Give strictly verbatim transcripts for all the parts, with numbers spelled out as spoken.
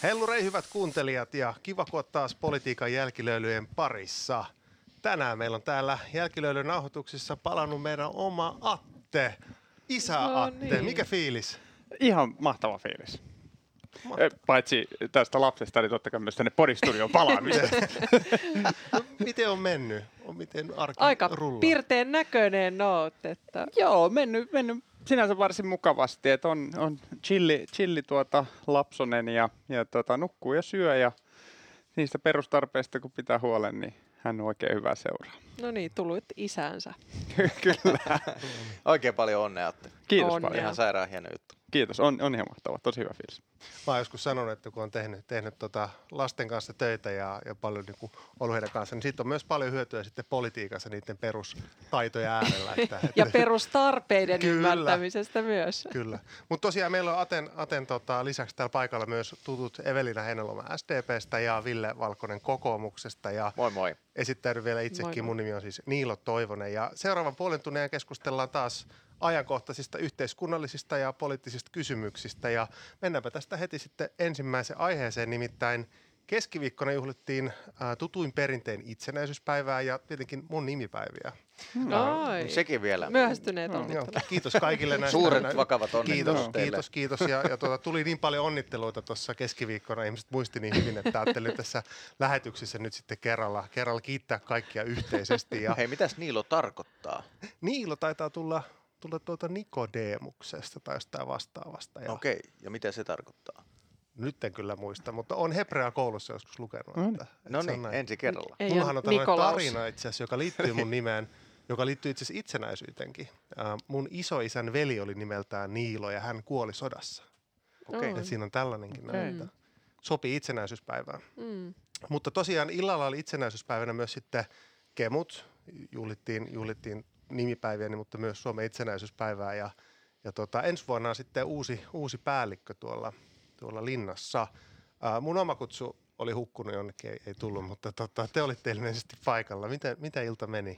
Hellurei hyvät kuuntelijat ja kiva kun oot taas politiikan jälkilöylyjen parissa. Tänään meillä on täällä jälkilöilyn nauhoituksissa palannut meidän oma Atte, isä No Atte. niin. Mikä fiilis? Ihan mahtava fiilis. Mahtava. Eh, Paitsi tästä lapsesta, niin totta kai myös tänne podistudioon palaamisesta. No, miten on mennyt? On miten arki Aika rullaa? pirteen näköinen oot, että Joo, mennyt, mennyt sinänsä varsin mukavasti, että on, on chilli, chilli tuota lapsonen ja, ja tuota, nukkuu ja syö ja niistä perustarpeista kun pitää huolen, niin hän on oikein hyvä seuraa. no niin, tulut isänsä. Kyllä. Oikein paljon onnea, Atte. Kiitos Onnea. paljon. Ihan sairaan hieno juttu. Kiitos, on, on ihan mahtava, tosi hyvä fiilis. Mä oon joskus sanonut, että kun on tehnyt, tehnyt tota lasten kanssa töitä ja, ja paljon niin kuin ollut heidän kanssa, niin siitä on myös paljon hyötyä sitten politiikassa niiden perustaitojen äärellä. Että, että Ja perustarpeiden Kyllä. ymmärtämisestä myös. Kyllä. Mutta tosiaan meillä on Aten, Aten tota, lisäksi täällä paikalla myös tutut Evelina Heinäluoma S D P:stä ja Ville Valkonen kokoomuksesta. Ja Moi moi. esittäydyn vielä itsekin. Moi moi. Mun nimi on siis Niilo Toivonen. Ja seuraavan puolen tunnin ajan keskustellaan taas ajankohtaisista yhteiskunnallisista ja poliittisista kysymyksistä. Ja mennäänpä tästä heti sitten ensimmäiseen aiheeseen, nimittäin keskiviikkona juhlittiin ää, tutuin perintein itsenäisyyspäivää ja tietenkin mun nimipäiviä. Ai. Sekin vielä. Myöhästyneet Joo, onnittelut. kiitos kaikille näistä. Suuret nä- vakavat Kiitos, onnittelut teille. kiitos, kiitos. Ja, ja tuota, tuli niin paljon onnitteluita tuossa keskiviikkona. Ihmiset muisti niin hyvin, että ajattelin tässä lähetyksessä nyt sitten kerralla, kerralla kiittää kaikkia yhteisesti. Ja Hei, mitäs Niilo tarkoittaa? Niilo taitaa tulla, tulla tuota Nikodeemuksesta tai jostain vastaavasta. Ja Okei, ja mitä se tarkoittaa? nyt en kyllä muista, mutta on hebrea koulussa joskus lukenut. No Että, että No se on niin, näin. ensi kerralla. Ei Mullahan ole on tällainen Nikolaus. tarina itse asiassa, joka liittyy mun nimeen, joka liittyy itse asiassa itsenäisyytenkin. Äh, mun isoisän veli oli nimeltään Niilo ja hän kuoli sodassa. Okei. Oi. Et siinä on tällainenkin Okei. näin, että sopii itsenäisyyspäivään. Mm. Mutta tosiaan illalla oli itsenäisyyspäivänä myös sitten kemut, juhlittiin, juhlittiin nimipäiviä, mutta myös Suomen itsenäisyyspäivää. Ja, ja tota, ensi vuonna on sitten uusi, uusi päällikkö tuolla, tuolla linnassa. Ää, mun oma kutsu oli hukkunut jonnekin, ei, ei tullut, mutta tota, te olitte ilmeisesti paikalla. Miten, miten ilta meni?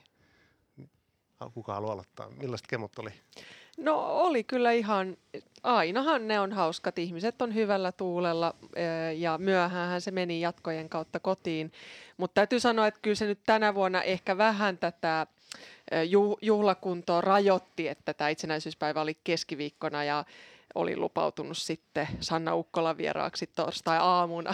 Kuka haluaa aloittaa? Millaiset kemut oli? No oli kyllä ihan, ainahan ne on hauskat, ihmiset on hyvällä tuulella eh, ja myöhäänhän se meni jatkojen kautta kotiin. Mutta täytyy sanoa, että kyllä se nyt tänä vuonna ehkä vähän tätä eh, ju- juhlakuntoa rajoitti, että tämä itsenäisyyspäivä oli keskiviikkona ja oli lupautunut sitten Sanna Ukkola vieraaksi torstai-aamuna.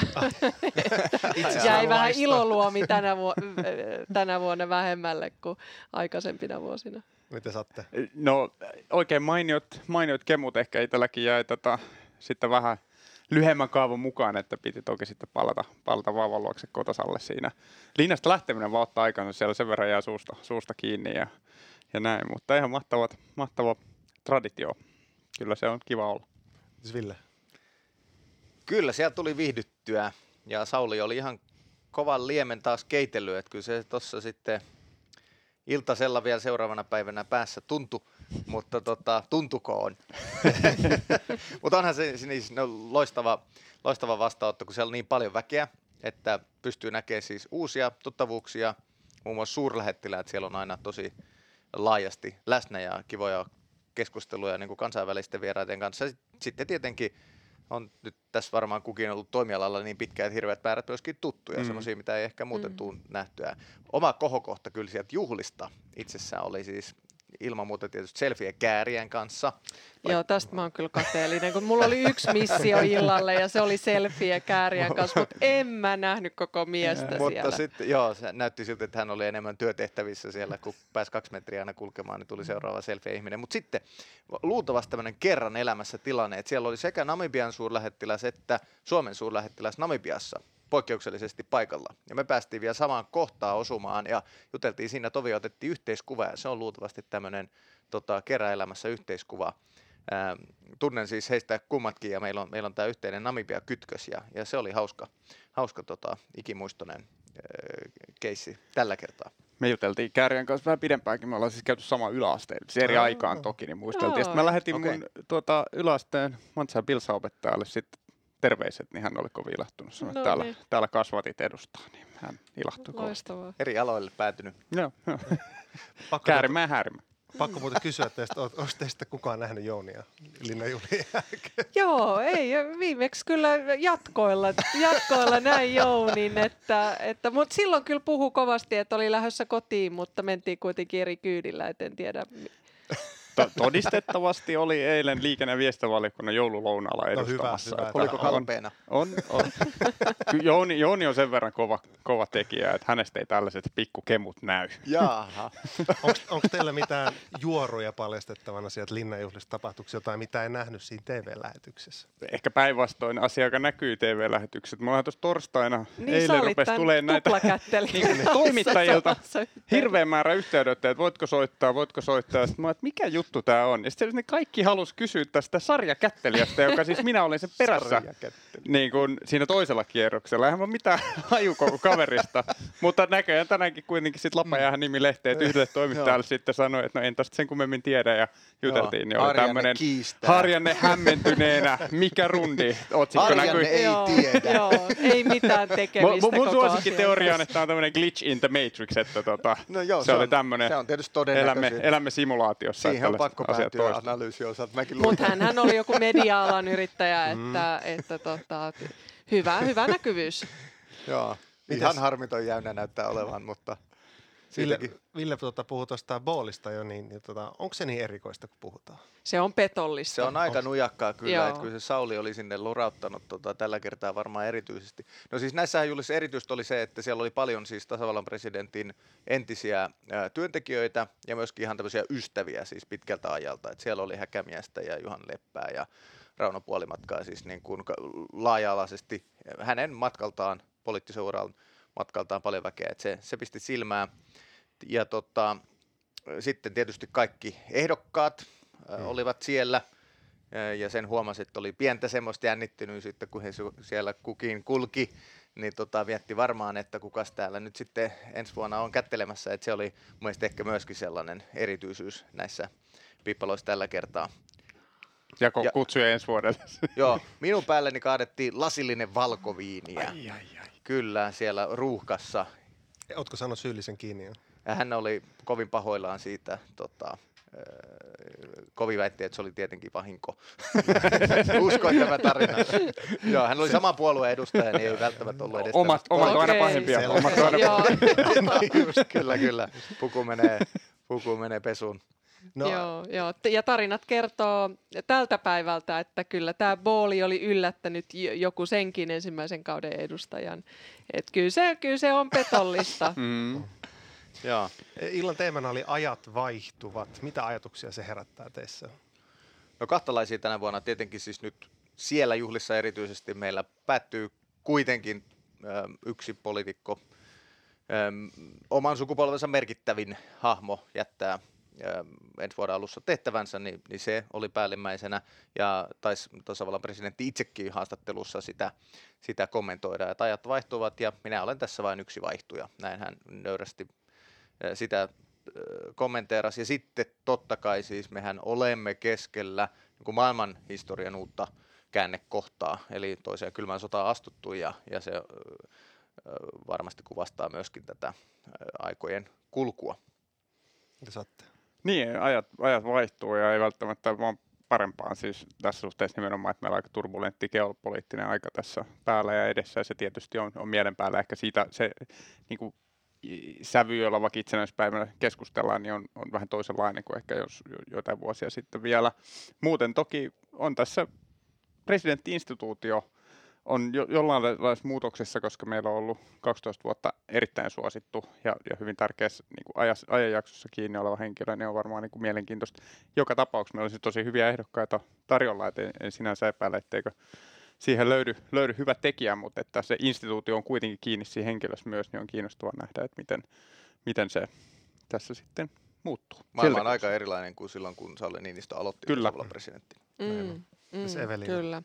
Jäi vähän iloluomi tänä, vu- tänä vuonna vähemmälle kuin aikaisempina vuosina. Miten saatte? No oikein mainiot, mainiot kemut ehkä itselläkin jäi tota, sitten vähän lyhemmän kaavun mukaan, että piti toki sitten palata, palata vauvan luokse kotosalle siinä. Linnasta lähteminen vaan ottaa aikansa, siellä sen verran jää suusta, suusta kiinni ja, ja näin, mutta ihan mahtavat, mahtava traditio. Kyllä se on kiva olla. Siis Ville? Kyllä, sieltä tuli viihdyttyä ja Sauli oli ihan kovan liemen taas keitellyt, että kyllä se tuossa sitten iltasella vielä seuraavana päivänä päässä tuntui, mutta tota, tuntukoon. Mutta onhan se siis, no, loistava, loistava vastaanotto, kun siellä on niin paljon väkeä, että pystyy näkemään siis uusia tuttavuuksia, muun muassa suurlähettiläät siellä on aina tosi laajasti läsnä ja kivoja keskusteluja niin kuin kansainvälisten vieraiden kanssa. Sitten tietenkin on nyt tässä varmaan kukin ollut toimialalla niin pitkään, että hirveät määrät myöskin tuttuja, mm. semmoisia, mitä ei ehkä muuten mm. tule nähtyä. Oma kohokohta kyllä sieltä juhlista itsessään oli siis ilman muuta tietysti selfie käärien kanssa. Joo, tästä mä oon kyllä kateellinen, kun mulla oli yksi missio illalle ja se oli selfie käärien kanssa, mutta en mä nähnyt koko miestä Mutta siellä. sitten, joo, se näytti siltä, että hän oli enemmän työtehtävissä siellä, kun pääsi kaksi metriä aina kulkemaan, niin tuli seuraava selfie-ihminen. Mutta sitten luultavasti tämmöinen kerran elämässä tilanne, että siellä oli sekä Namibian suurlähettiläs että Suomen suurlähettiläs Namibiassa poikkeuksellisesti paikalla. Ja me päästiin vielä samaan kohtaan osumaan ja juteltiin siinä, tovi otettiin yhteiskuva ja se on luultavasti tämmöinen tota, kerran-elämässä yhteiskuva. Ää, tunnen siis heistä kummatkin ja meillä on, meillä on tämä yhteinen Namibia-kytkös ja, ja se oli hauska, hauska tota, ikimuistoinen ää, keissi tällä kertaa. Me juteltiin Käärien kanssa vähän pidempäänkin, me ollaan siis käyty sama yläasteen, siis eri Aa. aikaan toki, niin muisteltiin. Ja sitten Aa. mä lähetin Okei. mun tuota, yläasteen Mantsa- ja Pilsa-opettajalle sitten terveiset, niin hän oli kovin ilahtunut. Sanoi, että No täällä, niin. täällä kasvatit edustaa, niin hän ilahtui kovasti. Loistavaa. Eri aloille päätynyt. Joo, joo. Pakko Käärimään ja häärimään. Pakko muuten kysyä teistä, onko teistä kukaan nähnyt Jounia Linnajuhlien jälkeen? Joo, ei. Viimeksi kyllä jatkoilla, jatkoilla näin Jounin, että, että, mutta silloin kyllä puhu kovasti, että oli lähdössä kotiin, mutta mentiin kuitenkin eri kyydillä, et en tiedä. To- todistettavasti oli eilen liikenne- ja viestintävaliokunnan joululounalla edustamassa. No hyvä, hyvä. Oliko kalpeena? On, on. Kyllä Jouni, Jouni on sen verran kova, kova tekijä, että hänestä ei tällaiset pikkukemut näy. Jaha. Onko teillä mitään juoruja paljastettavana sieltä Linnanjuhlista tapahtuksista, jotain mitä en nähnyt siinä T V-lähetyksessä? Ehkä päinvastoin asia, joka näkyy T V-lähetykset. Mulla tuossa torstaina Niin eilen rupesi tulemaan näitä niin, toimittajilta hirveän määrä yhteydenottoja, että voitko soittaa, voitko soittaa. Sitten mä että mikä juttu tämä on? Ja sitten ne kaikki halusi kysyä tästä sarjakättelijästä, joka siis minä olin sen perässä niin kuin siinä toisella kierroksella. Eihän mä mitään haju koko kaverista. Mutta näköjään tänäänkin kuitenkin sit Lapajäähän nimi lehteen, että yhdelle toimittajalle sitten sanoi, että no en tästä sen kummemmin tiedä. Ja juteltiin. Joo, Harjanne tämmönen kiistää. Harjanne hämmentyneenä, mikä rundi otsikko Harjanne näkyi. ei joo, tiedä. Joo, ei mitään tekemistä Mun, mun koko suosikkiteoria asian on, että tämä on tämmöinen glitch in the matrix, että tota, No joo, se, se oli on- tämmöinen, se on tietysti elämme, todennäköisyyttä. elämme simulaatiossa. Siihen on että pakko tällaiset asiat päätyä toistuu. analyysin osalta. Mäkin luin. Mutta hänhän oli joku media-alan yrittäjä, että, että tota, hyvä, hyvä näkyvyys. Joo. Mites? Ihan harmiton jäynä näyttää olevan, mutta Ville, siitäkin. Ville tuota, puhui tuosta boolista jo, niin, niin tota, onko se niin erikoista, kun puhutaan? Se on petollista. Se on aika nujakkaa kyllä, Joo. että kyllä se Sauli oli sinne lurauttanut tota, tällä kertaa varmaan erityisesti. No siis näissähän juhlissa erityistä oli se, että siellä oli paljon siis tasavallan presidentin entisiä ää, työntekijöitä ja myöskin ihan tämmöisiä ystäviä siis pitkältä ajalta. Et siellä oli Häkämiestä ja Juhan Leppää ja Rauno Puolimatkaa siis niin kuin ka- laaja-alaisesti hänen matkaltaan, poliittisen uran matkaltaan paljon väkeä, että se, se pisti silmään. Ja tota, sitten tietysti kaikki ehdokkaat mm. olivat siellä ää, ja sen huomasi, että oli pientä semmoista jännittyneisyyttä, kun he su- siellä kukin kulki, niin tota, vietti varmaan, että kukas täällä nyt sitten ensi vuonna on kättelemässä, että se oli mun mielestä ehkä myöskin sellainen erityisyys näissä pippaloissa tällä kertaa. Ja, ko- Ja- kutsuja ensi vuodelle. Joo, minun päälleni kaadettiin lasillinen valkoviiniä. Ai, ai, ai. Kyllä, siellä ruuhkassa. Ootko saanut syyllisen kiinni jo? Ja hän oli kovin pahoillaan siitä, tota, öö, kovin väitti, että se oli tietenkin vahinko. Uskoin tämä tarina. Joo, hän oli sama puolueen edustaja, niin ei välttämättä ollut edes Omat, tämmöistä- omat on aina Okei. pahempia. Selvä. Omat on aina Joo, Just, kyllä, kyllä. Puku menee, puku menee pesuun. No, joo, joo. T- Ja tarinat kertoo tältä päivältä, että kyllä tämä booli oli yllättänyt j- joku senkin ensimmäisen kauden edustajan. Et kyllä, se, kyllä se on petollista. Mm. Joo. illan teemana oli ajat vaihtuvat. Mitä ajatuksia se herättää teissä? No kahtalaisia tänä vuonna tietenkin siis nyt siellä juhlissa erityisesti meillä päättyy kuitenkin ö, yksi poliitikko, ö, oman sukupolvensa merkittävin hahmo jättää ö, ensi vuoden alussa tehtävänsä, niin, niin se oli päällimmäisenä ja taisi tasavallan presidentti itsekin haastattelussa sitä, sitä kommentoida, että ajat vaihtuvat ja minä olen tässä vain yksi vaihtuja. Näin hän nöyrästi ö, sitä kommenteerasi. Ja sitten totta kai siis mehän olemme keskellä niin kuin maailman historian uutta käännekohtaa, eli toiseen kylmään sotaan astuttu, ja, ja se ö, varmasti kuvastaa myöskin tätä ö, aikojen kulkua. Mitä saatte? Niin, ajat, ajat vaihtuu ja ei välttämättä vaan parempaan siis tässä suhteessa nimenomaan, että meillä on aika turbulentti geopoliittinen aika tässä päällä ja edessä, ja se tietysti on, on mielen päällä ehkä siitä se niin kuin sävy, jolla vaikka itsenäispäivänä keskustellaan, niin on, on vähän toisenlainen kuin ehkä jos joitain vuosia sitten vielä. Muuten toki on tässä presidentti-instituutio on jo, jollain lailla muutoksessa, koska meillä on ollut kaksitoista vuotta erittäin suosittu ja, ja hyvin tärkeässä niin kuin ajas, ajanjaksossa kiinni oleva henkilö, niin on varmaan niin kuin mielenkiintoista. Joka tapauksessa meillä olisi tosi hyviä ehdokkaita tarjolla, et en, en sinänsä epäile, etteikö siihen löydy, löydy hyvä tekijä, mutta että se instituutio on kuitenkin kiinni siinä henkilössä myös, niin on kiinnostavaa nähdä, että miten, miten se tässä sitten muuttuu. Maailma on Siltä aika erilainen kuin silloin, kun Sauli Niinistö aloitti Kyllä. tasavallan presidentti. Mm, Miss mm, Evelina? kyllä.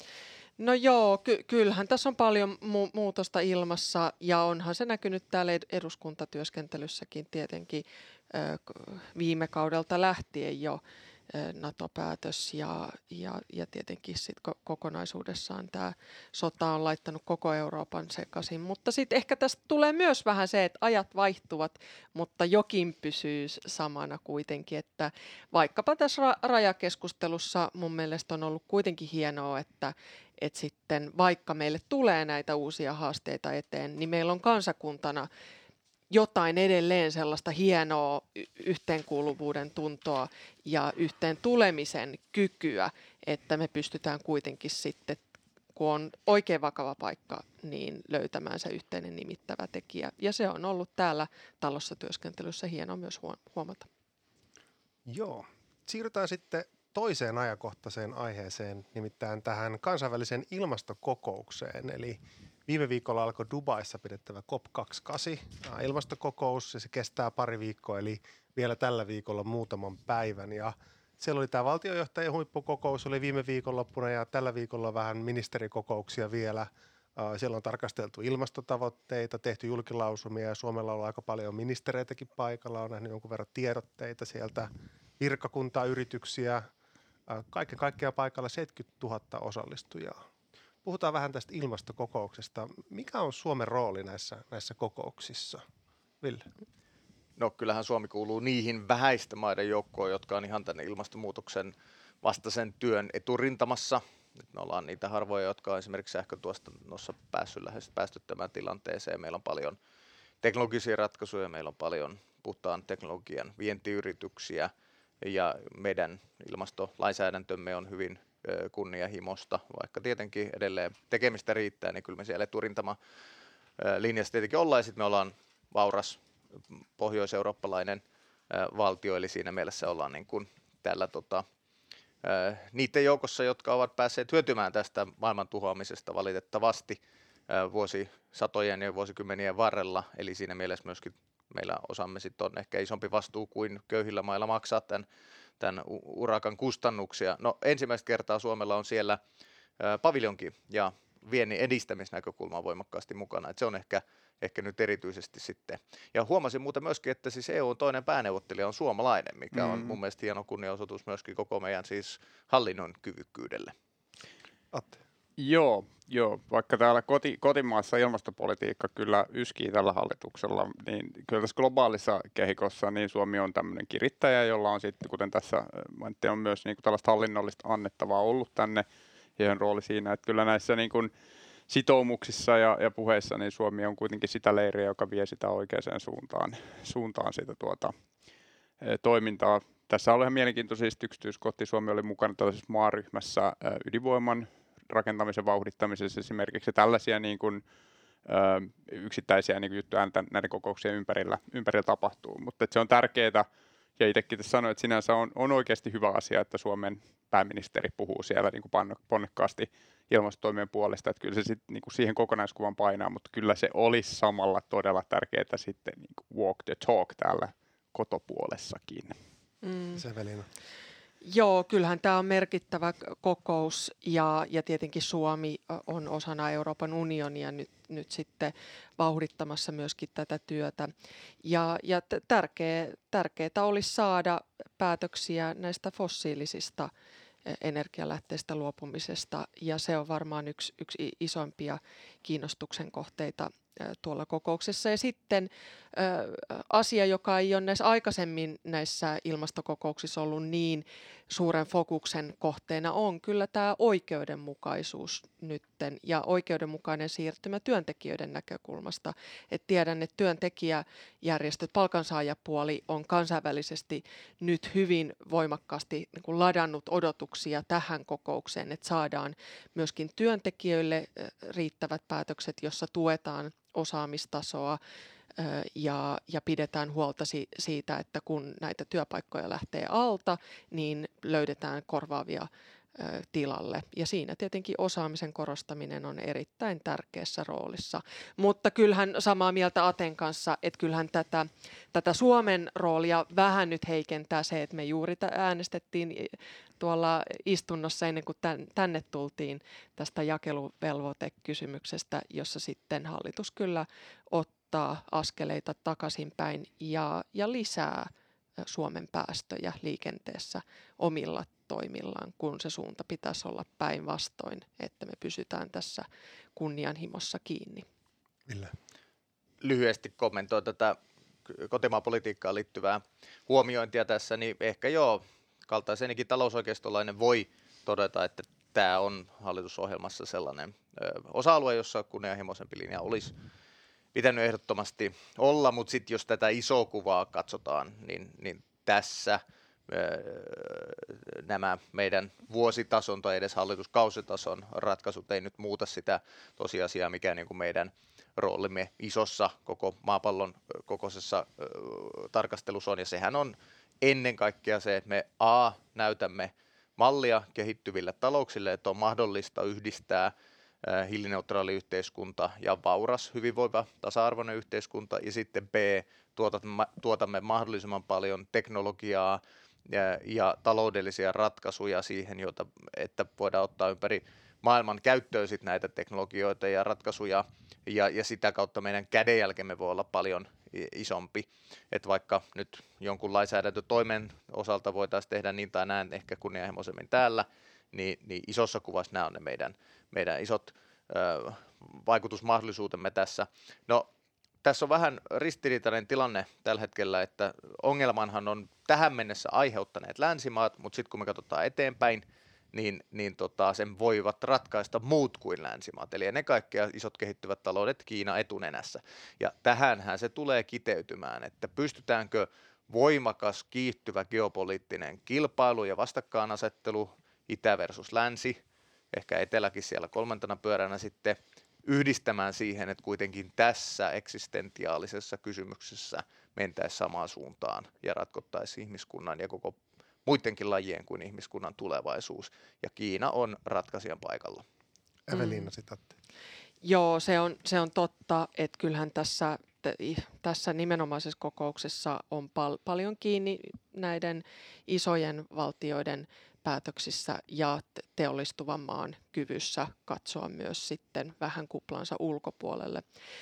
No joo, ky- kyllähän tässä on paljon mu- muutosta ilmassa ja onhan se näkynyt täällä ed- eduskuntatyöskentelyssäkin tietenkin ö, k- viime kaudelta lähtien jo. NATO-päätös ja, ja, ja tietenkin sit kokonaisuudessaan tämä sota on laittanut koko Euroopan sekaisin. Mutta sitten ehkä tästä tulee myös vähän se, että ajat vaihtuvat, mutta jokin pysyy samana kuitenkin, että vaikkapa tässä ra- rajakeskustelussa mun mielestä on ollut kuitenkin hienoa, että että sitten vaikka meille tulee näitä uusia haasteita eteen, niin meillä on kansakuntana jotain edelleen sellaista hienoa yhteenkuuluvuuden tuntoa ja yhteen tulemisen kykyä, että me pystytään kuitenkin sitten, kun on oikein vakava paikka, niin löytämään se yhteinen nimittävä tekijä. Ja se on ollut täällä talossa työskentelyssä hienoa myös huomata. Joo. Siirrytään sitten toiseen ajankohtaiseen aiheeseen, nimittäin tähän kansainväliseen ilmastokokoukseen. Eli viime viikolla alkoi Dubaissa pidettävä C O P kaksikymmentäkahdeksan ilmastokokous ja se kestää pari viikkoa, eli vielä tällä viikolla muutaman päivän. Ja siellä oli tämä valtionjohtajien huippukokous, oli viime viikonloppuna ja tällä viikolla vähän ministerikokouksia vielä. Siellä on tarkasteltu ilmastotavoitteita, tehty julkilausumia ja Suomella on aika paljon ministereitäkin paikalla. On nähnyt jonkun verran tiedotteita sieltä, virkakuntaa, yrityksiä. Kaiken kaikkiaan paikalla seitsemänkymmentätuhatta osallistujaa. Puhutaan vähän tästä ilmastokokouksesta. Mikä on Suomen rooli näissä, näissä kokouksissa? Ville? No kyllähän Suomi kuuluu niihin vähäistä maiden joukkoon, jotka on ihan tänne ilmastonmuutoksen vastaisen työn eturintamassa. Nyt me ollaan niitä harvoja, jotka on esimerkiksi sähkötuotannossa päässyt lähes päästöttömään tilanteeseen. Meillä on paljon teknologisia ratkaisuja, meillä on paljon puhtaan teknologian vientiyrityksiä ja meidän ilmastolainsäädäntömme on hyvin kunnianhimosta, vaikka tietenkin edelleen tekemistä riittää, niin kyllä me siellä eturintama linjassa tietenkin ollaan, ja sitten me ollaan vauras pohjoiseurooppalainen valtio, eli siinä mielessä ollaan niin kuin tällä tota, niiden joukossa, jotka ovat päässeet hyötymään tästä maailman tuhoamisesta valitettavasti vuosisatojen ja vuosikymmenien varrella, eli siinä mielessä myöskin meillä osamme sitten on ehkä isompi vastuu kuin köyhillä mailla maksaa tämän, tämän urakan kustannuksia. No ensimmäistä kertaa Suomella on siellä ä, paviljonki ja viennin edistämisnäkökulma on voimakkaasti mukana. Et se on ehkä, ehkä nyt erityisesti sitten. Ja huomasin muuten myöskin, että siis E U:n toinen pääneuvottelija on suomalainen, mikä on mm. mun mielestä hieno kunnianosoitus myöskin koko meidän siis hallinnon kyvykkyydelle. Atte. Joo, joo, vaikka täällä koti, kotimaassa ilmastopolitiikka kyllä yskii tällä hallituksella, niin kyllä tässä globaalissa kehikossa niin Suomi on tämmöinen kirittäjä, jolla on sitten, kuten tässä mainittiin, on myös niin kuin tällaista hallinnollista annettavaa ollut tänne, ja rooli siinä, että kyllä näissä niin kuin sitoumuksissa ja, ja puheissa niin Suomi on kuitenkin sitä leiriä, joka vie sitä oikeaan suuntaan, suuntaan sitä tuota, e, toimintaa. Tässä on ihan mielenkiintoisista yksityiskohtia. Suomi oli mukana tällaisessa maaryhmässä ä, ydinvoiman rakentamisen vauhdittamisessa esimerkiksi tällaisia niin kuin, ö, yksittäisiä niin kuin juttuja näiden kokouksien ympärillä, ympärillä tapahtuu, mutta se on tärkeää ja itsekin tässä sanoin, että sinänsä on, on oikeasti hyvä asia, että Suomen pääministeri puhuu siellä niin kuin ponnekkaasti ilmastotoimien puolesta, että kyllä se sit, niin kuin siihen kokonaiskuvan painaa, mutta kyllä se olisi samalla todella tärkeää sitten niin kuin walk the talk täällä kotopuolessakin. Mm. Sevelina. Joo, kyllähän tämä on merkittävä kokous ja, ja tietenkin Suomi on osana Euroopan unionia nyt, nyt sitten vauhdittamassa myöskin tätä työtä. Ja, ja tärkeä, tärkeää olisi saada päätöksiä näistä fossiilisista energialähteistä luopumisesta ja se on varmaan yksi, yksi isompia kiinnostuksen kohteita tuolla kokouksessa. Ja sitten ä, asia, joka ei ole näissä aikaisemmin näissä ilmastokokouksissa ollut niin suuren fokuksen kohteena, on kyllä tämä oikeudenmukaisuus nytten ja oikeudenmukainen siirtymä työntekijöiden näkökulmasta. Et tiedän, että työntekijäjärjestöt, palkansaajapuoli on kansainvälisesti nyt hyvin voimakkaasti niin kuin ladannut odotuksia tähän kokoukseen, että saadaan myöskin työntekijöille riittävät päätökset, jossa tuetaan osaamistasoa ja, ja pidetään huolta si, siitä, että kun näitä työpaikkoja lähtee alta, niin löydetään korvaavia ö, tilalle. Ja siinä tietenkin osaamisen korostaminen on erittäin tärkeässä roolissa. Mutta kyllähän samaa mieltä Aten kanssa, että kyllähän tätä, tätä Suomen roolia vähän nyt heikentää se, että me juuri äänestettiin tuolla istunnossa ennen kuin tänne tultiin tästä jakeluvelvoitekysymyksestä, jossa sitten hallitus kyllä ottaa askeleita takaisinpäin ja, ja lisää Suomen päästöjä liikenteessä omilla toimillaan, kun se suunta pitäisi olla päinvastoin, että me pysytään tässä kunnianhimossa kiinni. Ville. Lyhyesti kommentoin tätä kotimaan politiikkaan liittyvää huomiointia tässä, niin ehkä joo, kaltaisenikin talousoikeistolainen voi todeta, että tämä on hallitusohjelmassa sellainen ö, osa-alue, jossa kunnianhimoisempi linja olisi pitänyt ehdottomasti olla, mutta sitten jos tätä isoa kuvaa katsotaan, niin, niin tässä ö, nämä meidän vuositason tai edes hallituskausitason ratkaisut ei nyt muuta sitä tosiasiaa, mikä niin kuin meidän roolimme isossa koko maapallon kokoisessa ö, tarkastelussa on, ja sehän on ennen kaikkea se, että me A, näytämme mallia kehittyville talouksille, että on mahdollista yhdistää äh, hiilineutraali yhteiskunta ja vauras, hyvinvoiva, tasa-arvoinen yhteiskunta, ja sitten B, tuotamme, tuotamme mahdollisimman paljon teknologiaa ja, ja taloudellisia ratkaisuja siihen, jota, että voidaan ottaa ympäri maailman käyttöön sit näitä teknologioita ja ratkaisuja, ja, ja sitä kautta meidän kädenjälkemme voi olla paljon isompi, että vaikka nyt jonkun lainsäädäntötoimen osalta voitaisiin tehdä niin tai näin ehkä kunnianhimoisemmin täällä, niin, niin isossa kuvassa nämä on ne meidän, meidän isot ö, vaikutusmahdollisuutemme tässä. No, tässä on vähän ristiriitainen tilanne tällä hetkellä, että ongelmanhan on tähän mennessä aiheuttaneet länsimaat, mutta sitten kun me katsotaan eteenpäin, niin, niin tota, sen voivat ratkaista muut kuin länsimaat, eli ne kaikkia isot kehittyvät taloudet Kiina etunenässä. Ja tähänhän se tulee kiteytymään, että pystytäänkö voimakas, kiihtyvä geopoliittinen kilpailu ja vastakkainasettelu, itä versus länsi, ehkä eteläkin siellä kolmantena pyöränä sitten, yhdistämään siihen, että kuitenkin tässä eksistentiaalisessa kysymyksessä mentäisiin samaan suuntaan ja ratkottaisiin ihmiskunnan ja koko muidenkin lajien kuin ihmiskunnan tulevaisuus, ja Kiina on ratkaisijan paikalla. Eveliina, sitaatti. Joo, se on, se on totta, että kyllähän tässä, t- tässä nimenomaisessa kokouksessa on pal- paljon kiinni näiden isojen valtioiden päätöksissä ja teollistuvan maan kyvyssä katsoa myös sitten vähän kuplansa ulkopuolelle.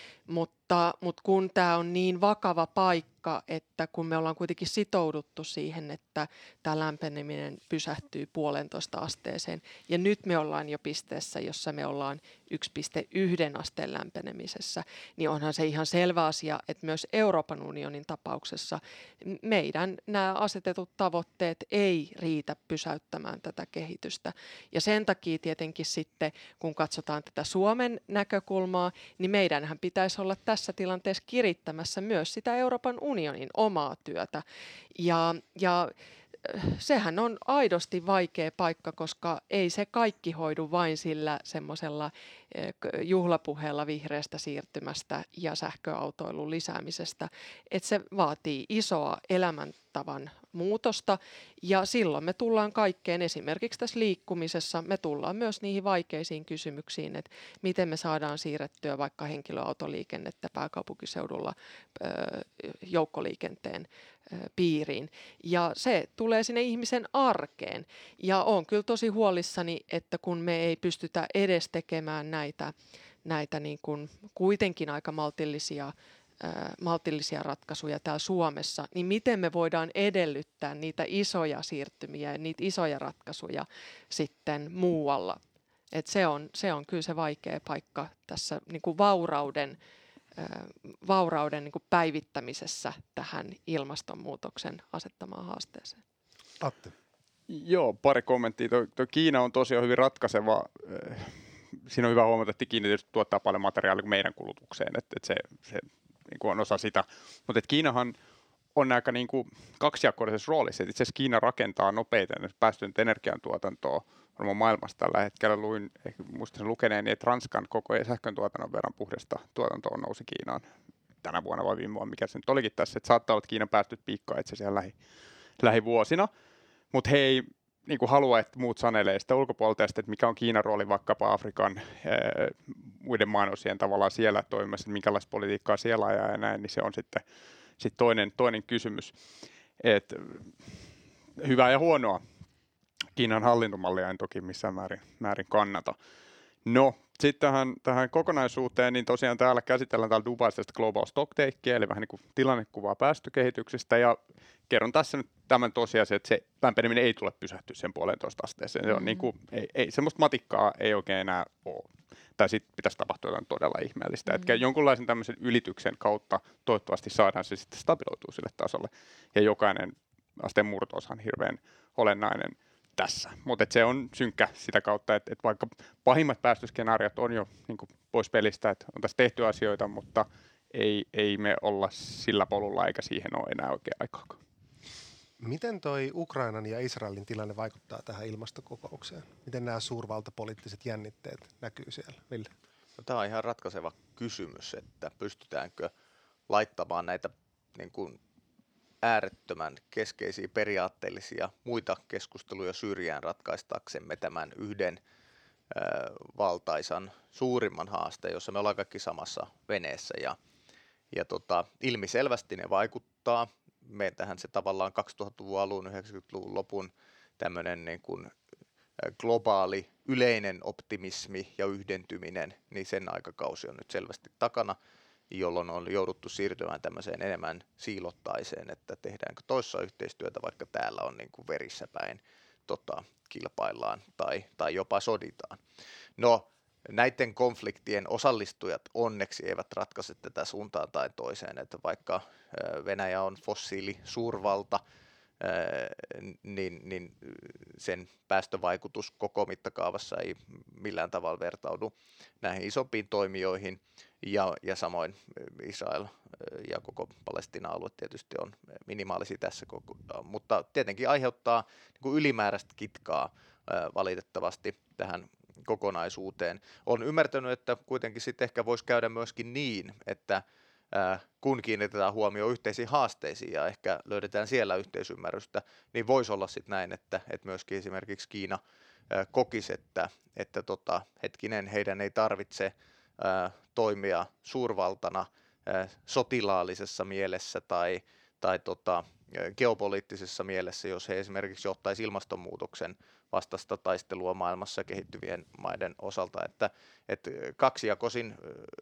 Mutta, mutta kun tämä on niin vakava paikka, että kun me ollaan kuitenkin sitouduttu siihen, että tämä lämpeneminen pysähtyy puolentoista asteeseen, ja nyt me ollaan jo pisteessä, jossa me ollaan yksi pilkku yksi asteen lämpenemisessä, niin onhan se ihan selvä asia, että myös Euroopan unionin tapauksessa meidän nämä asetetut tavoitteet ei riitä pysäyttämään tätä kehitystä. Ja sen takia tietenkin sitten, kun katsotaan tätä Suomen näkökulmaa, niin meidänhän pitäisi olla tässä tilanteessa kirittämässä myös sitä Euroopan unionin omaa työtä. Ja, ja sehän on aidosti vaikea paikka, koska ei se kaikki hoidu vain sillä semmoisella juhlapuheella vihreästä siirtymästä ja sähköautoilun lisäämisestä, että se vaatii isoa elämäntavan muutosta, ja silloin me tullaan kaikkeen, esimerkiksi tässä liikkumisessa, me tullaan myös niihin vaikeisiin kysymyksiin, että miten me saadaan siirrettyä vaikka henkilöautoliikennettä pääkaupunkiseudulla joukkoliikenteen piiriin. Ja se tulee sinne ihmisen arkeen. Ja olen kyllä tosi huolissani, että kun me ei pystytä edes tekemään näitä, näitä niin kuin kuitenkin aika maltillisia, ää, maltillisia ratkaisuja täällä Suomessa, niin miten me voidaan edellyttää niitä isoja siirtymiä ja niitä isoja ratkaisuja sitten muualla. Et se on, se on kyllä se vaikea paikka tässä niin kuin vaurauden vaurauden niin kuin päivittämisessä tähän ilmastonmuutoksen asettamaan haasteeseen. Atte. Joo, pari kommenttia. Tuo, tuo Kiina on tosiaan hyvin ratkaiseva. Siinä on hyvä huomata, että Kiina tietysti tuottaa paljon materiaalia kuin meidän kulutukseen, että, että se, se niin kuin on osa sitä. Mutta Kiinahan on aika niin kuin kaksijakoisessa roolissa. Itse asiassa Kiina rakentaa nopeiten päästötöntä energiantuotantoa varmaan maailmassa tällä hetkellä. Luin, muistan sen lukeneeni, että Ranskan koko sähkön tuotannon verran puhdasta tuotantoa nousi Kiinaan tänä vuonna vai viime vuonna, mikä se nyt olikin tässä. Että saattaa olla, että Kiinan päästöt piikkaa itse asiassa lähi, lähivuosina, mutta he ei niin kuin halua, että muut sanelee sitä ulkopuolelta, että mikä on Kiinan rooli vaikkapa Afrikan ää, muiden maanosien tavallaan siellä toimimassa, että minkälaista politiikkaa siellä ajaa ja näin, niin se on sitten sit toinen, toinen kysymys. Et, hyvää ja huonoa. Kiinan hallintomallia en toki missään määrin, määrin kannata. No, sitten tähän, tähän kokonaisuuteen, niin tosiaan täällä käsitellään täällä Dubaissa Global Stocktakea, eli vähän niin kuin tilannekuvaa päästökehityksestä, ja kerron tässä nyt tämän tosiasian, että se lämpeneminen ei tule pysähtyä sen puolentoista asteeseen. Se on mm-hmm. niin kuin, ei, ei, semmoista matikkaa ei oikein enää ole. Tai sitten pitäisi tapahtua jotain todella ihmeellistä. Mm-hmm. Että jonkunlaisen tämmöisen ylityksen kautta toivottavasti saadaan se sitten stabiloitua sille tasolle. Ja jokainen asteen murto on hirveän olennainen tässä. Mutta se on synkkä sitä kautta, että et vaikka pahimmat päästöskenaariot on jo niin kuin pois pelistä, että on tässä tehty asioita, mutta ei, ei me olla sillä polulla eikä siihen ole enää oikein aikaakaan. Miten toi Ukrainan ja Israelin tilanne vaikuttaa tähän ilmastokokoukseen? Miten nämä suurvaltapoliittiset jännitteet näkyy siellä, Ville? No, tämä on ihan ratkaiseva kysymys, että pystytäänkö laittamaan näitä niin kuin äärettömän keskeisiä periaatteellisia muita keskusteluja syrjään ratkaistaksemme tämän yhden äh, valtaisan suurimman haasteen, jossa me ollaan kaikki samassa veneessä. Ja, ja tota, ilmiselvästi ne vaikuttaa. Meiltähän se tavallaan kaksituhattaluvun alun, yhdeksänkymmentäluvun lopun tämmöinen niin kuin globaali yleinen optimismi ja yhdentyminen, niin sen aikakausi on nyt selvästi takana, jolloin on jouduttu siirtymään tämmöiseen enemmän siilottaiseen, että tehdäänkö toissa yhteistyötä, vaikka täällä on niin kuin verissä päin tota, kilpaillaan tai, tai jopa soditaan. No, näiden konfliktien osallistujat onneksi eivät ratkaise tätä suuntaan tai toiseen, että vaikka Venäjä on fossiili suurvalta, niin, niin sen päästövaikutus koko mittakaavassa ei millään tavalla vertaudu näihin isompiin toimijoihin, ja, ja samoin Israel ja koko Palestiina-alue tietysti on minimaalisia tässä, koko, mutta tietenkin aiheuttaa niin kuin ylimääräistä kitkaa valitettavasti tähän kokonaisuuteen. On ymmärtänyt, että kuitenkin sitten ehkä voisi käydä myöskin niin, että kun kiinnitetään huomioon yhteisiin haasteisiin ja ehkä löydetään siellä yhteisymmärrystä, niin voisi olla sitten näin, että, että myöskin esimerkiksi Kiina kokisi, että, että tota, hetkinen, heidän ei tarvitse ää, toimia suurvaltana ää, sotilaallisessa mielessä tai, tai tota, geopoliittisessa mielessä, jos he esimerkiksi johtaisi ilmastonmuutoksen vastaista taistelua maailmassa kehittyvien maiden osalta, että, että kaksijakoisin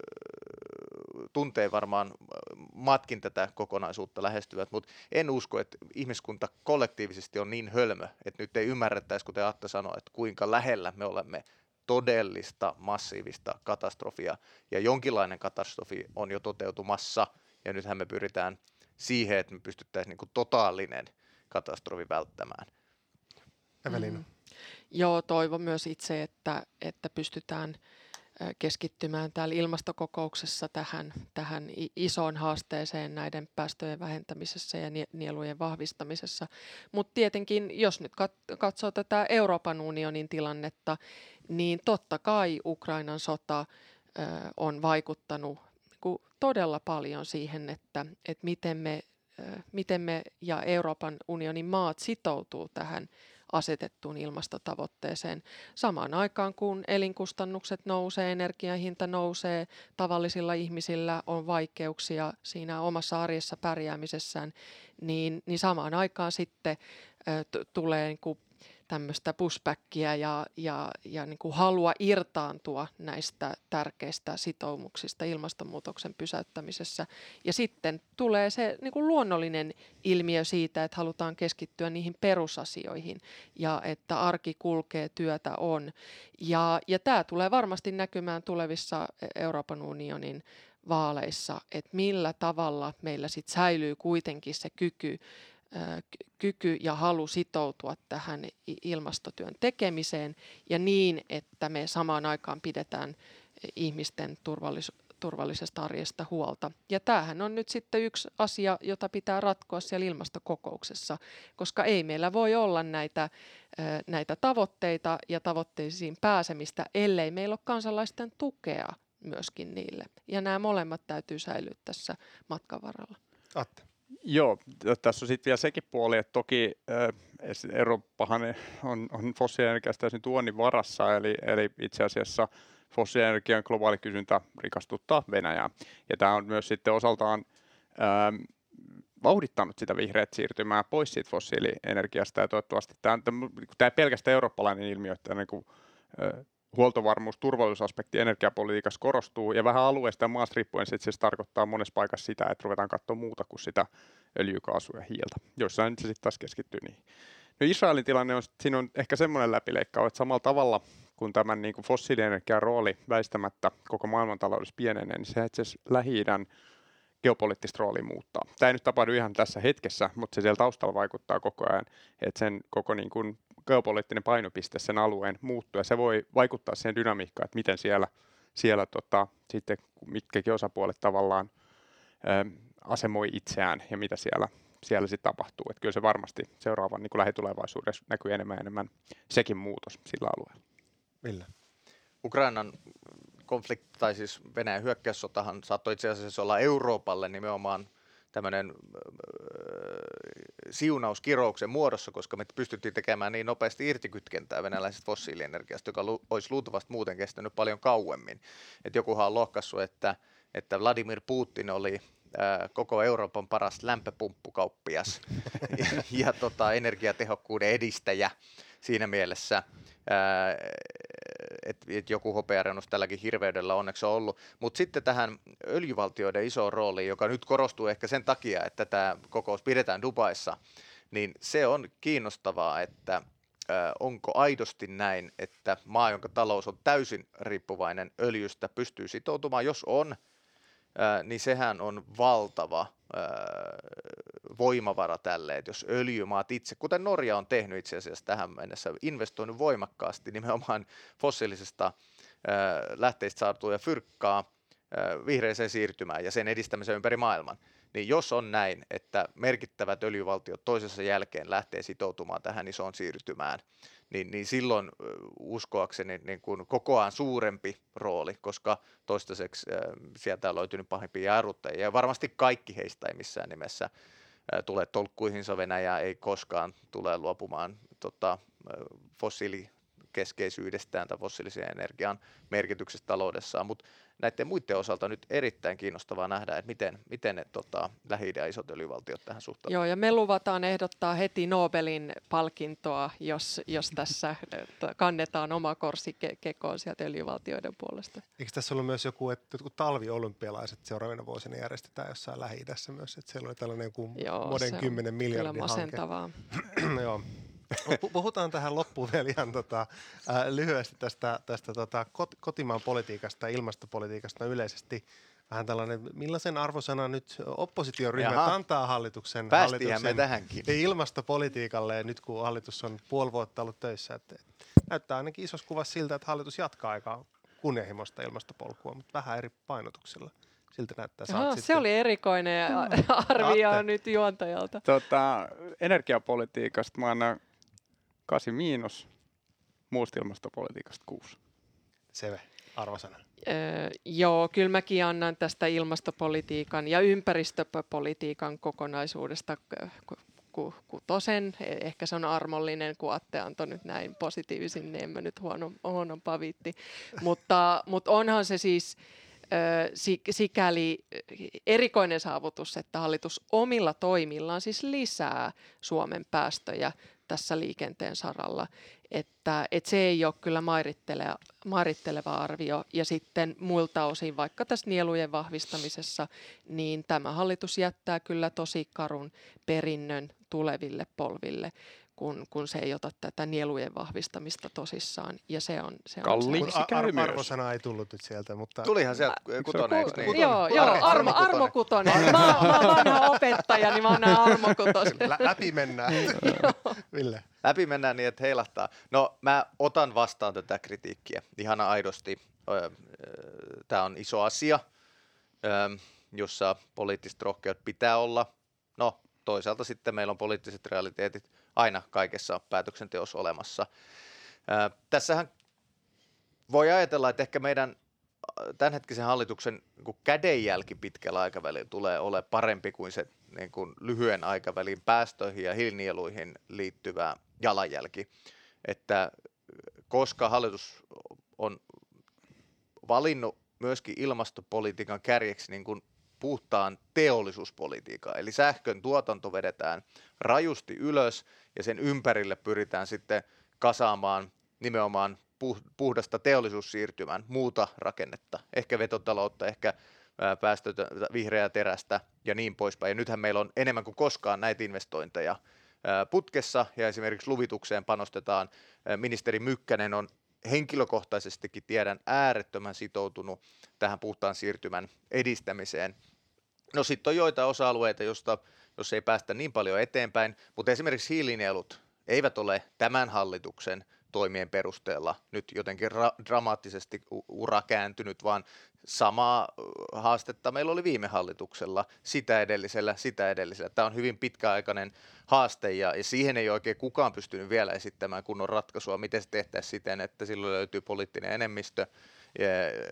tuntee varmaan maatkin tätä kokonaisuutta lähestyvät, mutta en usko, että ihmiskunta kollektiivisesti on niin hölmö, että nyt ei ymmärrettäisi, kuten Atte sanoi, että kuinka lähellä me olemme todellista massiivista katastrofia, ja jonkinlainen katastrofi on jo toteutumassa, ja nythän me pyritään siihen, että me pystyttäisiin niin kuin totaalinen katastrofi välttämään. Evelina. Mm. Joo, toivon myös itse, että, että pystytään keskittymään täällä ilmastokokouksessa tähän, tähän isoon haasteeseen näiden päästöjen vähentämisessä ja nielujen vahvistamisessa. Mutta tietenkin, jos nyt katsoo tätä Euroopan unionin tilannetta, niin totta kai Ukrainan sota ö, on vaikuttanut niin todella paljon siihen, että, että miten, me, ö, miten me ja Euroopan unionin maat sitoutuu tähän asetettuun ilmastotavoitteeseen. Samaan aikaan, kun elinkustannukset nousee, energiahinta nousee, tavallisilla ihmisillä on vaikeuksia siinä omassa arjessa pärjäämisessään, niin, niin samaan aikaan sitten ä, t- tulee niin kuin tämmöistä pushbackia ja, ja, ja niin kuin halua irtaantua näistä tärkeistä sitoumuksista ilmastonmuutoksen pysäyttämisessä. Ja sitten tulee se niin kuin luonnollinen ilmiö siitä, että halutaan keskittyä niihin perusasioihin ja että arki kulkee, työtä on. Ja, ja tämä tulee varmasti näkymään tulevissa Euroopan unionin vaaleissa, että millä tavalla meillä sitten säilyy kuitenkin se kyky kyky ja halu sitoutua tähän ilmastotyön tekemiseen ja niin, että me samaan aikaan pidetään ihmisten turvallis- turvallisesta arjesta huolta. Ja tämähän on nyt sitten yksi asia, jota pitää ratkoa siellä ilmastokokouksessa, koska ei meillä voi olla näitä, näitä tavoitteita ja tavoitteisiin pääsemistä, ellei meillä ole kansalaisten tukea myöskin niille. Ja nämä molemmat täytyy säilyä tässä matkan varrella. Atte. Joo, tässä on sitten vielä sekin puoli, että toki äh, Eurooppahan on, on fossiilienergiasta täysin tuonnin varassa, eli, eli itse asiassa fossiilienergian globaali kysyntä rikastuttaa Venäjää. Ja tämä on myös sitten osaltaan ähm, vauhdittanut sitä vihreät siirtymää pois siitä fossiilienergiasta, ja toivottavasti tämä, tämä ei pelkästään eurooppalainen ilmiö, että niin kuin, äh, huoltovarmuus, turvallisuusaspekti energiapolitiikassa korostuu, ja vähän alueesta ja maasta riippuen se itse asiassa tarkoittaa monessa paikassa sitä, että ruvetaan katsoa muuta kuin sitä öljyä, kaasua ja hiiltä. Joissain se sitten taas keskittyy niihin. No Israelin tilanne on, siinä on ehkä semmoinen läpileikkaava, että samalla tavalla kun tämän niin kuin fossiilienergian rooli väistämättä koko maailmantaloudessa pienenee, niin se itse asiassa Lähi-idän geopoliittista roolia muuttaa. Tämä ei nyt tapahdu ihan tässä hetkessä, mutta se siellä taustalla vaikuttaa koko ajan, että sen koko niin kuin geopoliittinen painopiste sen alueen muuttuu, ja se voi vaikuttaa siihen dynamiikkaan, että miten siellä, siellä tota, sitten mitkäkin osapuolet tavallaan ä, asemoi itseään ja mitä siellä, siellä sitten tapahtuu. Että kyllä se varmasti seuraavan niin kuin lähitulevaisuudessa näkyy enemmän ja enemmän sekin muutos sillä alueella. Ville? Ukrainan konflikti, tai siis Venäjän hyökkäyssotahan saattoi itse asiassa olla Euroopalle nimenomaan tämmöinen siunaus kirouksen muodossa, koska me pystyttiin tekemään niin nopeasti irtikytkentää venäläisestä fossiilienergiasta, joka lu- olisi luultavasti muuten kestänyt paljon kauemmin. Et jokuhan on lohkaissut, että, että Vladimir Putin oli ää, koko Euroopan paras lämpöpumppukauppias ja, ja tota, energiatehokkuuden edistäjä siinä mielessä. Että et joku hopeareunus tälläkin hirveydellä onneksi on ollut. Mutta sitten tähän öljyvaltioiden isoon rooliin, joka nyt korostuu ehkä sen takia, että tämä kokous pidetään Dubaissa, niin se on kiinnostavaa, että äh, onko aidosti näin, että maa, jonka talous on täysin riippuvainen öljystä, pystyy sitoutumaan. Jos on, äh, niin sehän on valtava äh, voimavara tälle, että jos öljymaat itse, kuten Norja on tehnyt itse asiassa tähän mennessä, investoinut voimakkaasti nimenomaan fossiilisesta äh, lähteistä saatuja fyrkkaa äh, vihreäseen siirtymään ja sen edistämiseen ympäri maailman, niin jos on näin, että merkittävät öljyvaltiot toisessa jälkeen lähtee sitoutumaan tähän isoon siirtymään, niin, niin silloin äh, uskoakseni niin kuin kokoaan suurempi rooli, koska toistaiseksi äh, sieltä on löytynyt pahimpia jarruttajia ja varmasti kaikki heistä ei missään nimessä tulee tolkkuihinsa. Venäjä ei koskaan tule luopumaan tota, fossiilikeskeisyydestään tai fossiilisen energian merkityksestä taloudessaan, mutta näiden muiden osalta on nyt erittäin kiinnostavaa nähdä, että miten, miten ne tota, Lähi-idän isot öljyvaltiot tähän suhtautuvat. Joo, ja me luvataan ehdottaa heti Nobelin palkintoa, jos, jos tässä kannetaan oma korsi ke- kekoon sieltä öljyvaltioiden puolesta. Eikö tässä ollut myös joku, että jotkut talviolympialaiset seuraavina vuosina järjestetään jossain Lähi-idässä myös, että siellä oli tällainen joku Joo, monen kymmenen miljardin kyllä masentavaa. hanke. Joo. Puhutaan tähän loppuun vielä ihan tota, äh, lyhyesti tästä, tästä tota, kot, kotimaan politiikasta ja ilmastopolitiikasta yleisesti. Vähän tällainen, millaisen arvosanan nyt oppositioryhmät Jaha. antaa hallituksen, Päästiinhän me hallituksen tähänkin. ilmastopolitiikalle nyt kun hallitus on puoli vuotta ollut töissä. Että, että näyttää ainakin isossa kuvassa siltä, että hallitus jatkaa aika kunnianhimoista ilmastopolkua, mutta vähän eri painotuksella. Siltä näyttää. Aha, se sitten oli erikoinen arvio Atte. nyt juontajalta. Tota, energiapolitiikasta mä annan kasi miinus, muusta ilmastopolitiikasta kuusi. Seve, arvosana. Öö, joo, kyllä mäkin annan tästä ilmastopolitiikan ja ympäristöpolitiikan kokonaisuudesta ku, ku, kutosen. Ehkä se on armollinen, kun Atte antoi nyt näin positiivisin, niin en mä nyt huono, huonompaa viitti. mutta, mutta onhan se siis ö, sikäli erikoinen saavutus, että hallitus omilla toimillaan siis lisää Suomen päästöjä tässä liikenteen saralla, että, että se ei ole kyllä mairitteleva, mairitteleva arvio. Ja sitten muilta osin, vaikka tässä nielujen vahvistamisessa, niin tämä hallitus jättää kyllä tosi karun perinnön tuleville polville, kun, kun se ei ota tätä nielujen vahvistamista tosissaan. Ja se on, se on Kalliiksi Ar- käy ar- myös. arvosana ei tullut nyt sieltä, mutta Tulihan sieltä kutonen, eikö niin? Joo, joo, Ar- Armo, Armo Kutonen. Mä, mä oon vanha opettaja, niin mä annan Armo Kutosen. Lä- läpi mennään. Ville. Läpi mennään niin, että heilahtaa. No, mä otan vastaan tätä kritiikkiä ihan aidosti. Tämä on iso asia, jossa poliittiset rohkeut pitää olla. No, toisaalta sitten meillä on poliittiset realiteetit aina kaikessa päätöksenteossa olemassa. Tässähän voi ajatella, että ehkä meidän tämänhetkisen hallituksen niin kädenjälki pitkällä aikavälillä tulee olemaan parempi kuin se niin kuin lyhyen aikavälin päästöihin ja hiilinieluihin liittyvä jalanjälki. Että koska hallitus on valinnut myöskin ilmastopolitiikan kärjeksi niin kuin puhtaan teollisuuspolitiikan, eli sähkön tuotanto vedetään rajusti ylös ja sen ympärille pyritään sitten kasaamaan nimenomaan puhdasta teollisuussiirtymän, muuta rakennetta, ehkä vetotaloutta, ehkä päästötä, vihreää terästä ja niin poispäin. Ja nythän meillä on enemmän kuin koskaan näitä investointeja putkessa ja esimerkiksi luvitukseen panostetaan. Ministeri Mykkänen on henkilökohtaisestikin tiedän äärettömän sitoutunut tähän puhtaan siirtymän edistämiseen. No sitten on joitain osa-alueita, josta jos ei päästä niin paljon eteenpäin, mutta esimerkiksi hiilinielut eivät ole tämän hallituksen toimien perusteella nyt jotenkin ra- dramaattisesti ura kääntynyt, vaan samaa haastetta meillä oli viime hallituksella, sitä edellisellä, sitä edellisellä. Tämä on hyvin pitkäaikainen haaste ja, ja siihen ei oikein kukaan pystynyt vielä esittämään kunnon ratkaisua, miten se tehtäisiin siten, että silloin löytyy poliittinen enemmistö ja,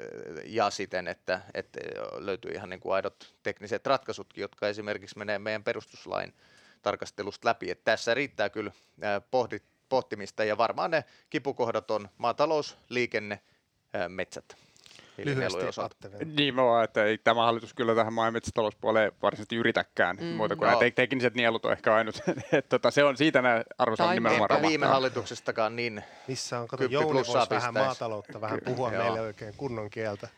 ja siten, että, että löytyy ihan niin kuin aidot tekniset ratkaisutkin, jotka esimerkiksi menee meidän perustuslain tarkastelusta läpi. Että tässä riittää kyllä pohdit, pohtimista ja varmaan ne kipukohdat on maatalous, liikenne, metsät. Lyhyesti Atte. Niin mä vaan, että ei tämä hallitus kyllä tähän maa- ja metsätalouspuoleen varsinaisesti yritäkään, mm. muuta kuin no. nämä te- tekniset nielut on ehkä ainut. tota, se on siitä nämä arvosan nimenomaan romahtaa. Viime hallituksestakaan niin. Missä on, kato, Jouni voisi vähän maataloutta, vähän puhua meille oikein kunnon kieltä.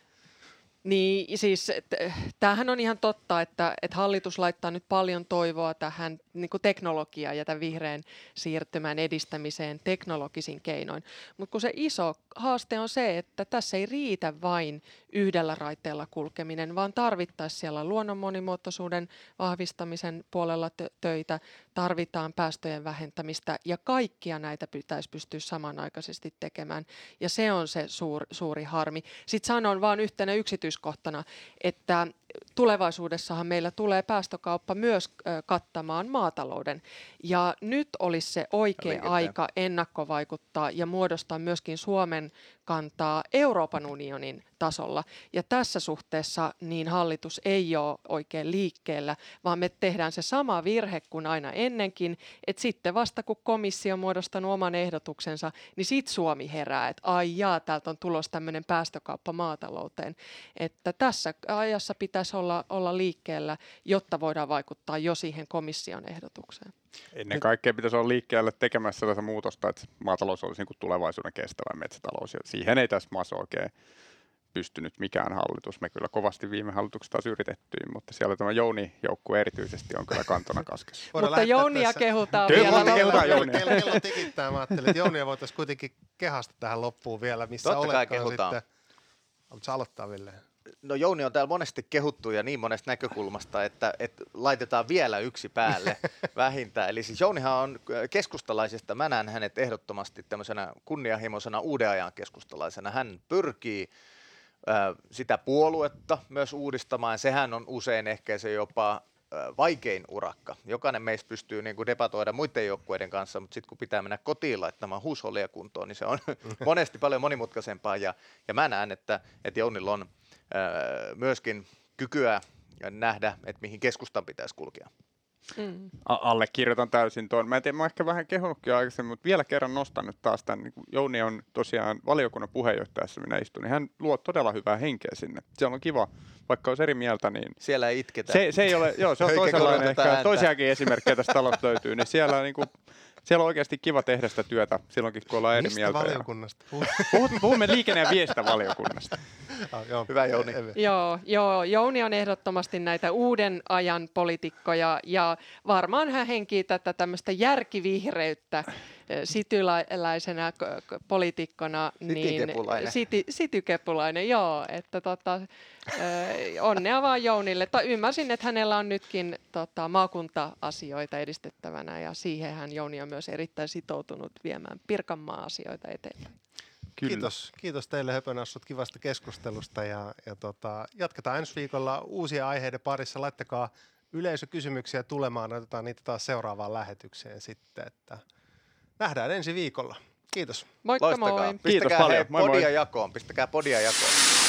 Niin siis tämähän on ihan totta, että, että hallitus laittaa nyt paljon toivoa tähän niin kuin teknologiaan ja tämän vihreän siirtymän edistämiseen teknologisin keinoin. Mutta kun se iso haaste on se, että tässä ei riitä vain yhdellä raiteella kulkeminen, vaan tarvittaisiin siellä luonnon monimuotoisuuden vahvistamisen puolella tö- töitä, tarvitaan päästöjen vähentämistä ja kaikkia näitä pitäisi pystyä samanaikaisesti tekemään. Ja se on se suur, suuri harmi. Sitten sanon vaan yhtenä yksityiskohtana, että tulevaisuudessahan meillä tulee päästökauppa myös ö, kattamaan maatalouden. Ja nyt olisi se oikea Liikenteen. aika ennakkovaikuttaa ja muodostaa myöskin Suomen kantaa Euroopan unionin tasolla. Ja tässä suhteessa niin hallitus ei ole oikein liikkeellä, vaan me tehdään se sama virhe kuin aina ennenkin, että sitten vasta kun komissio on muodostanut oman ehdotuksensa, niin sitten Suomi herää, että ai jaa, täältä on tulossa tämmöinen päästökauppa maatalouteen. Että tässä ajassa pitäisi olla, olla liikkeellä, jotta voidaan vaikuttaa jo siihen komission ehdotukseen. Ennen kaikkea pitäisi olla liikkeelle tekemässä sellaista muutosta, että maatalous olisi niin kuin tulevaisuuden kestävä metsätalous. Ja siihen ei tässä maassa oikein pystynyt mikään hallitus. Me kyllä kovasti viime hallituksesta taas yritettiin, mutta siellä tämä Jouni-joukkue erityisesti on kyllä kantona kaskessa. Mutta Jounia tässä kehutaan kyllä, vielä. Kyllä, kehutaan Jounia. Kello, kello tikittää. Mä ajattelin, että Jounia voitaisiin kuitenkin kehasta tähän loppuun vielä, missä Totta oletkaan kehutaan. Sitten. Haluatko sä aloittaa, Ville? No Jouni on täällä monesti kehuttu ja niin monesta näkökulmasta, että, että laitetaan vielä yksi päälle vähintään. Eli siis Jounihan on keskustalaisista, mä näen hänet ehdottomasti tämmöisenä kunnianhimoisena uuden ajan keskustalaisena. Hän pyrkii äh, sitä puoluetta myös uudistamaan. Sehän on usein ehkä se jopa äh, vaikein urakka. Jokainen meistä pystyy niin kuin debatoida muiden joukkueiden kanssa, mutta sitten kun pitää mennä kotiin laittamaan huushollia kuntoon, niin se on monesti paljon monimutkaisempaa. Ja, ja mä näen, että, että Jounilla on myöskin kykyä nähdä, että mihin keskustan pitäisi kulkea. Mm. A- allekirjoitan täysin tuon. Mä en tiedä, mä oon ehkä vähän kehunutkin aikaisemmin, mutta vielä kerran nostan nyt taas tämän. Niin Jouni on tosiaan valiokunnan puheenjohtajassa, minä istun, niin hän luo todella hyvää henkeä sinne. Siellä on kiva, vaikka olisi eri mieltä, niin... Siellä ei itketä. Se, se ei ole, joo, se on toisenlainen ehkä. Toisiakin esimerkkejä tästä talosta löytyy, niin siellä niin kuin, siellä on oikeasti kiva tehdä sitä työtä silloinkin, kun ollaan eri Mistä mieltä. Mistä valiokunnasta? Puhumme, puhumme liikenne- ja viestintävaliokunnasta. Ah, joo. Hyvä Jouni. Joo, joo, Jouni on ehdottomasti näitä uuden ajan poliitikkoja ja varmaan hän henkii tätä tämmöistä järkivihreyttä sityläisenä poliitikkona. Sitykepulainen. Siti, sitykepulainen, joo. Että tota, onnea vaan Jounille. Ta, ymmärsin, että hänellä on nytkin tota, maakunta-asioita edistettävänä ja siihen hän Jouni on myös erittäin sitoutunut viemään Pirkanmaa-asioita eteenpäin. Kyllä. Kiitos, kiitos teille höpönassut kivasta keskustelusta ja, ja tota, jatketaan ensi viikolla uusia aiheiden parissa. Laittakaa yleisökysymyksiä tulemaan, otetaan niitä taas seuraavaan lähetykseen sitten. Että nähdään ensi viikolla. Kiitos. Moikka Loistakaa. moi. Pistäkää Kiitos paljon. Hei, Moi moi. podia jakoon. Pistäkää podia jakoon.